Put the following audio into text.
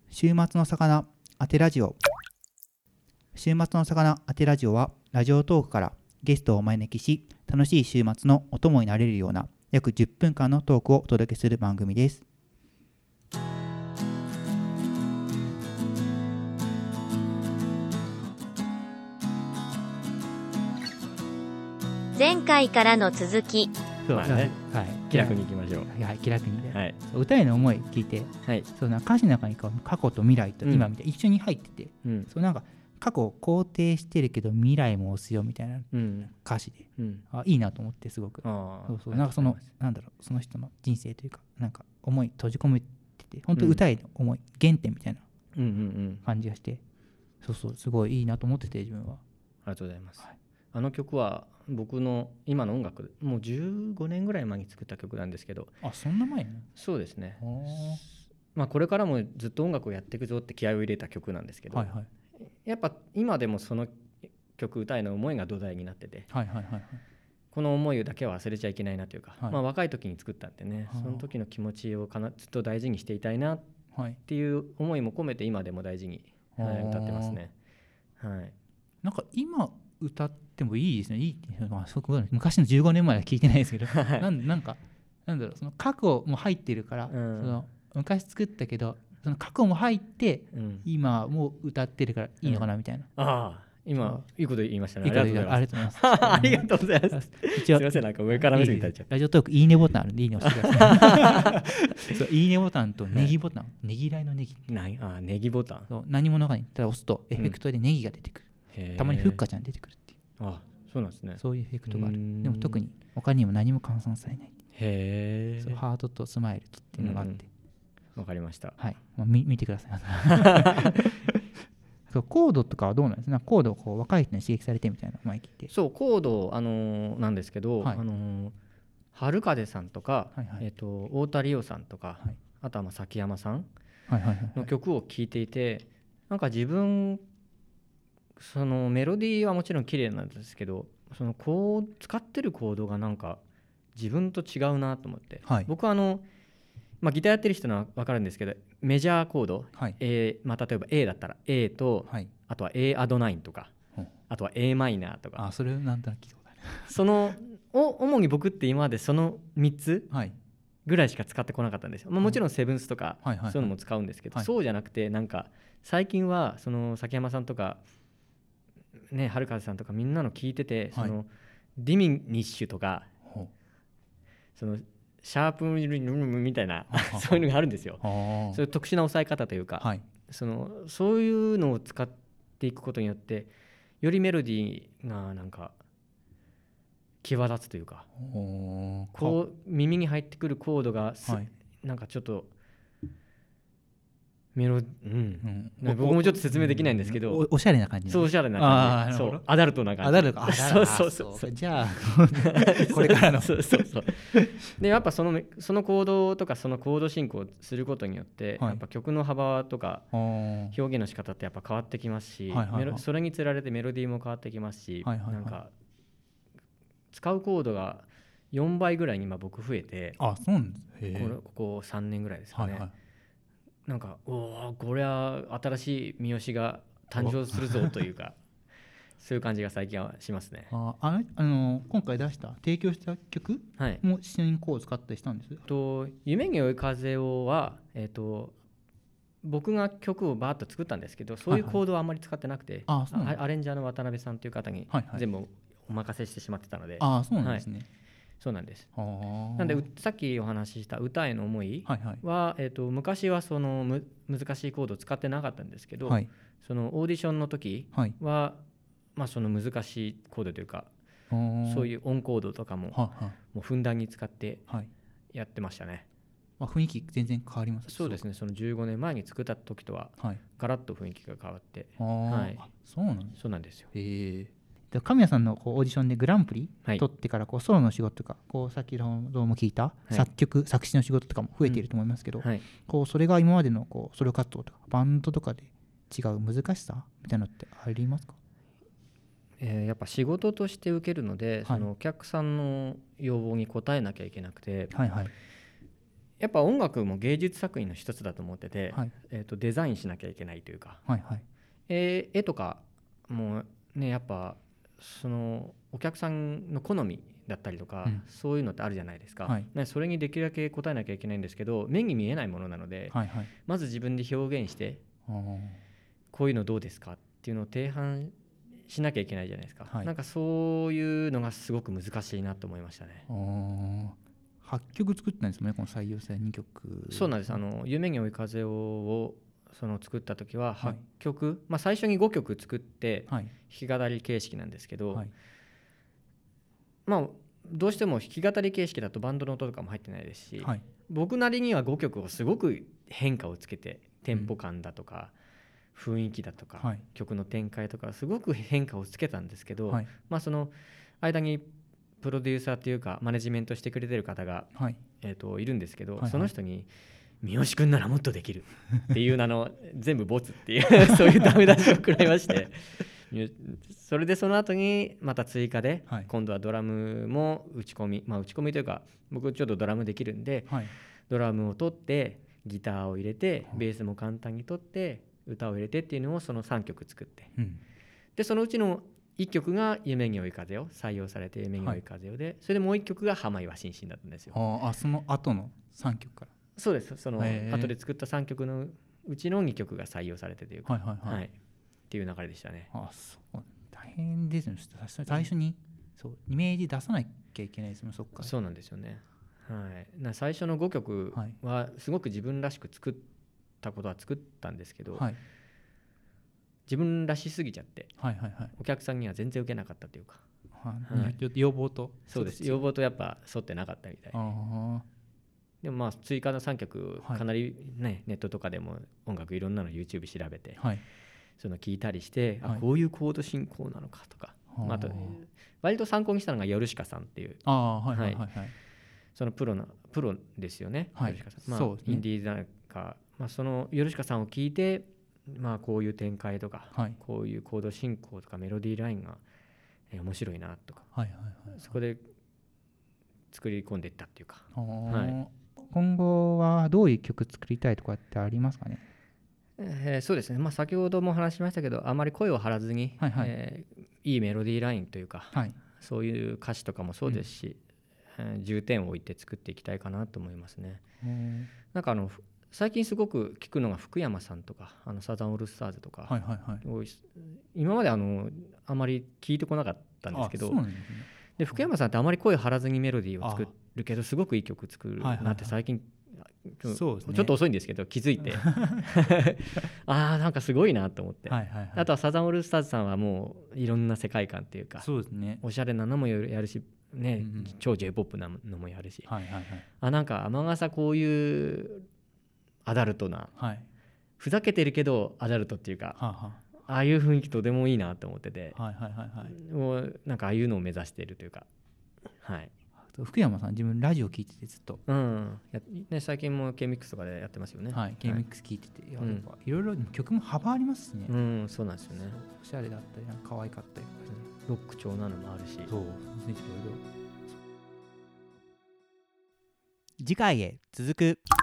週末の魚当てラジオ。週末の魚当てラジオはラジオトークからゲストをお招きし、楽しい週末のお供になれるような約10分間のトークをお届けする番組です。 前回からの続き。 まあね、はい、気楽にいきましょう。 はい、気楽に、 はい、 歌への思い聞いて、はい、そうな歌詞の中に過去と未来と今みたいな、一緒に入ってて、そうなんか過去を肯定してるけど未来も押すよみたいな歌詞で、いいなと思ってすごく。そうなんかそのなんだろう、その人の人生というかなんか思い閉じ込めてて、本当に歌への思い、原点みたいな感じがして、そうすごいいいなと思ってて自分は。 ありがとうございます。はい、あの曲は僕の今の音楽もう15年ぐらい前に作った曲なんですけど。 あ、そんな前ね。 そうですね。まあこれからもずっと音楽をやっていくぞって気合を入れた曲なんですけど、はいはい、やっぱ今でもその曲歌への思いが土台になってて、はいはいはいはい、この思いだけは忘れちゃいけないなというか、はい、まあ、若い時に作ったんでね、その時の気持ちをずっと大事にしていたいなっていう思いも込めて今でも大事に、はい、歌ってますね。はい、 なんか今歌ってもいいですね。いいって、まあ、昔の15年前は聞いてないですけどなんかなんだろう、その過去も入ってるから、その昔作ったけどその過去も入って、今もう歌ってるからいいのかなみたいな。 ああ、今いいこと言いましたね。 ありがとうございます。 ありがとうございます。すいません、なんか上から目線に立っちゃう。 ラジオトークいいねボタンあるんでいいね押してください。そう、いいねボタンとネギボタン、ねぎらいのネギ。 ネギボタン。 そう、何者かに押すとエフェクトでネギが出てくる。たまにふっかちゃん出てくるっていう。 あ、そうなんですね。 そういうエフェクトがある。でも特に他にも何も換算されない。 へえ。 ハートとスマイルとっていうのがあって。 わかりました。 はい。まあ、見てください。そう、コードとかはどうなんですか？コードをこう若い人に刺激されてみたいな前聞いて。 そう、コード、なんですけど、はい、春風さんとか、はいはい、太田理央さんとか、はい、あとは崎山さんの曲を聴いていて、なんか自分そのメロディーはもちろん綺麗なんですけど、その使ってるコードがなんか自分と違うなと思って、はい、僕はまあ、ギターやってる人は分かるんですけど、メジャーコード、はい、まあ、例えば A だったら A と、はい、あとは A アド9とか、あとは A マイナーとか、 それなんとなく聞いたことある。 その主に僕って今までその3つぐらいしか使ってこなかったんですよ。まあ、もちろんセブンスとかそういうのも使うんですけど、そうじゃなくてなんか最近はその崎山さんとかね、春風さんとかみんなの聞いてて、そのディミニッシュとか、そのシャープみたいなそういうのがあるんですよ。そういう特殊な押さえ方というか、はい、そういうのを使っていくことによってよりメロディーがなんか際立つというか、こう耳に入ってくるコードが、はい、なんかちょっと僕もちょっと説明できないんですけど、 おしゃれな感じ。 そう、おしゃれな感じ。そう、アダルトな感じ。 そうじゃあこれからのそうでやっぱそのコードとかそのコード進行することによって、はい、やっぱ曲の幅とか表現の仕方ってやっぱ変わってきますし、それにつられてメロディーも変わってきますし、なんか使うコードが4倍ぐらいに今僕増えて、 そうなんです。 ここ3年ぐらいですかね。はいはい、なんかこれは新しい三好が誕生するぞというかそういう感じが最近はしますね。 今回出した提供した曲もシンコード使ったりしたんです。 夢に追い風をは、僕が曲をバーッと作ったんですけど、そういうコードはあんまり使ってなくて、アレンジャーの渡辺さんという方に全部お任せしてしまってたので。 そうなんですね。 そうなんです。なんでさっきお話しした歌への思いは、昔はその難しいコードを使ってなかったんですけど、はい、そのオーディションの時は、はい、まあ、その難しいコードというかそういうオンコードとかも、もうふんだんに使ってやってましたね。 雰囲気全然変わります。 そうですね。その15年前に作った時とは、はい、ガラッと雰囲気が変わって、 はい、そうなんですよ。 神谷さんのオーディションでグランプリ取ってからソロの仕事とか先ほども聞いた作曲、作詞の仕事とかも増えていると思いますけど、それが今までのソロ活動とかバンドとかで違う難しさみたいなのってありますか？ やっぱ仕事として受けるので、そのお客さんの要望に応えなきゃいけなくて、 やっぱ音楽も芸術作品の一つだと思ってて、デザインしなきゃいけないというか、絵とかもね、やっぱそのお客さんの好みだったりとか、そういうのってあるじゃないですか、それにできるだけ応えなきゃいけないんですけど、目に見えないものなので、まず自分で表現して、こういうのどうですかっていうのを提案しなきゃいけないじゃないですか、なんかそういうのがすごく難しいなと思いましたね。 8曲作ったんですもんね、この採用され2曲。 そうなんです。夢に追い風をその作った時は8曲、最初に5曲作って弾き語り形式なんですけど、どうしても弾き語り形式だとバンドの音とかも入ってないですし、僕なりには5曲をすごく変化をつけて、テンポ感だとか、雰囲気だとか、曲の展開とかすごく変化をつけたんですけど、その間にプロデューサーというかマネジメントしてくれてる方が、いるんですけど、その人に三好君ならもっとできるっていう全部ボツっていうそういうダメ出しを食らいましてそれでその後にまた追加で、今度はドラムも打ち込み、打ち込みというか僕ちょっとドラムできるんで、ドラムを取ってギターを入れてベースも簡単に取って歌を入れてっていうのをその3曲作って、でそのうちの1曲が夢に追い風を採用されて夢に追い風をで、それでもう1曲が浜岩心身だったんですよ。 その後の3曲から。 そうです。その後で作った3曲のうちの2曲が採用されてというか、っていう流れでしたね。 そう大変ですね。最初にそうイメージ出さなきゃいけないですもん、そっか。 そうなんですよね。最初の5曲はすごく自分らしく作ったことは作ったんですけど、自分らしすぎちゃって、お客さんには全然受けなかったというか、 要望と。 そうです。要望とやっぱ沿ってなかったみたいで。でも追加の3曲かなり、ネットとかでも音楽いろんなの YouTube 調べて、その聞いたりして、こういうコード進行なのかとか、あと割と参考にしたのがヨルシカさんっていう、そのプロですよね、ヨルシカさん。インディーズなんか、そのヨルシカさんを聞いて、こういう展開とか、こういうコード進行とかメロディーラインが面白いなとか、そこで作り込んでいったっていうか。 今後はどういう曲作りたいとかってありますかね。 そうですね、先ほども話しましたけど、あまり声を張らずに、いいメロディーラインというか、そういう歌詞とかもそうですし、重点を置いて作っていきたいかなと思いますね。なんか最近すごく聞くのが福山さんとかサザンオールスターズとか、今まであまり聞いてこなかったんですけど、で福山さんってあまり声張らずにメロディーを作るけどすごくいい曲作るなって最近、ちょっと遅いんですけど気づいてなんかすごいなと思って、あとはサザンオールスターズさんはもういろんな世界観っていうか、おしゃれなのもやるしね、超 J-POP なのもやるし、なんか天笠こういうアダルトな、ふざけてるけどアダルトっていうか、ああいう雰囲気とてもいいなと思ってて、もうなんかああいうのを目指しているというか、 福山さん自分ラジオ聞いててずっと、 最近も K-MIX とかでやってますよね。 K-MIX 聞いてて、いろいろ曲も幅ありますしね。 そうなんですよね。 おしゃれだったり可愛かったりとか、 ロック調なのもあるし、 次回へ続く。